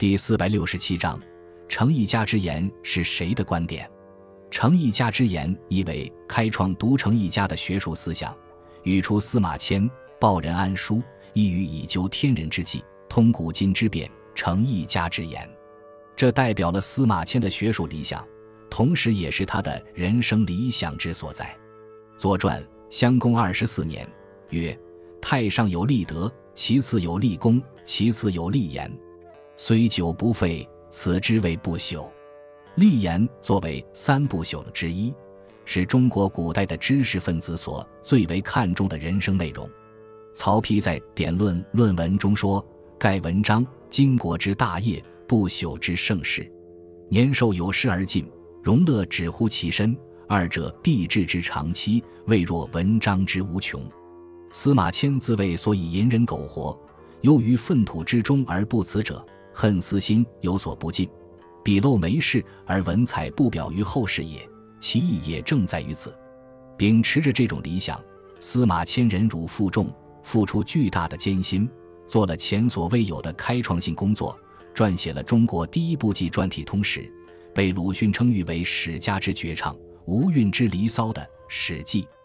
第467章，程颐家之言是谁的观点？程颐家之言意为开创独程颐家的学术思想，语出司马迁《报任安书》，意欲以究天人之际，通古今之变，程颐家之言。这代表了司马迁的学术理想，同时也是他的人生理想之所在。左传襄公24年曰：太上有立德，其次有立功，其次有立言，虽久不废，此之谓不朽。立言作为三不朽之一，是中国古代的知识分子所最为看重的人生内容。曹丕在《典论》论文中说：盖文章，经国之大业，不朽之盛世。年寿有失而尽，荣乐止乎其身，二者必至之长期，未若文章之无穷。司马迁自谓所以隐忍苟活，忧于粪土之中而不辞者，恨私心有所不尽，笔漏没事而文采不表于后世也，其意也正在于此。秉持着这种理想，司马迁忍辱负重，付出巨大的艰辛，做了前所未有的开创性工作，撰写了中国第一部纪传体通史，被鲁迅称誉为史家之绝唱，无韵之离骚的《史记》。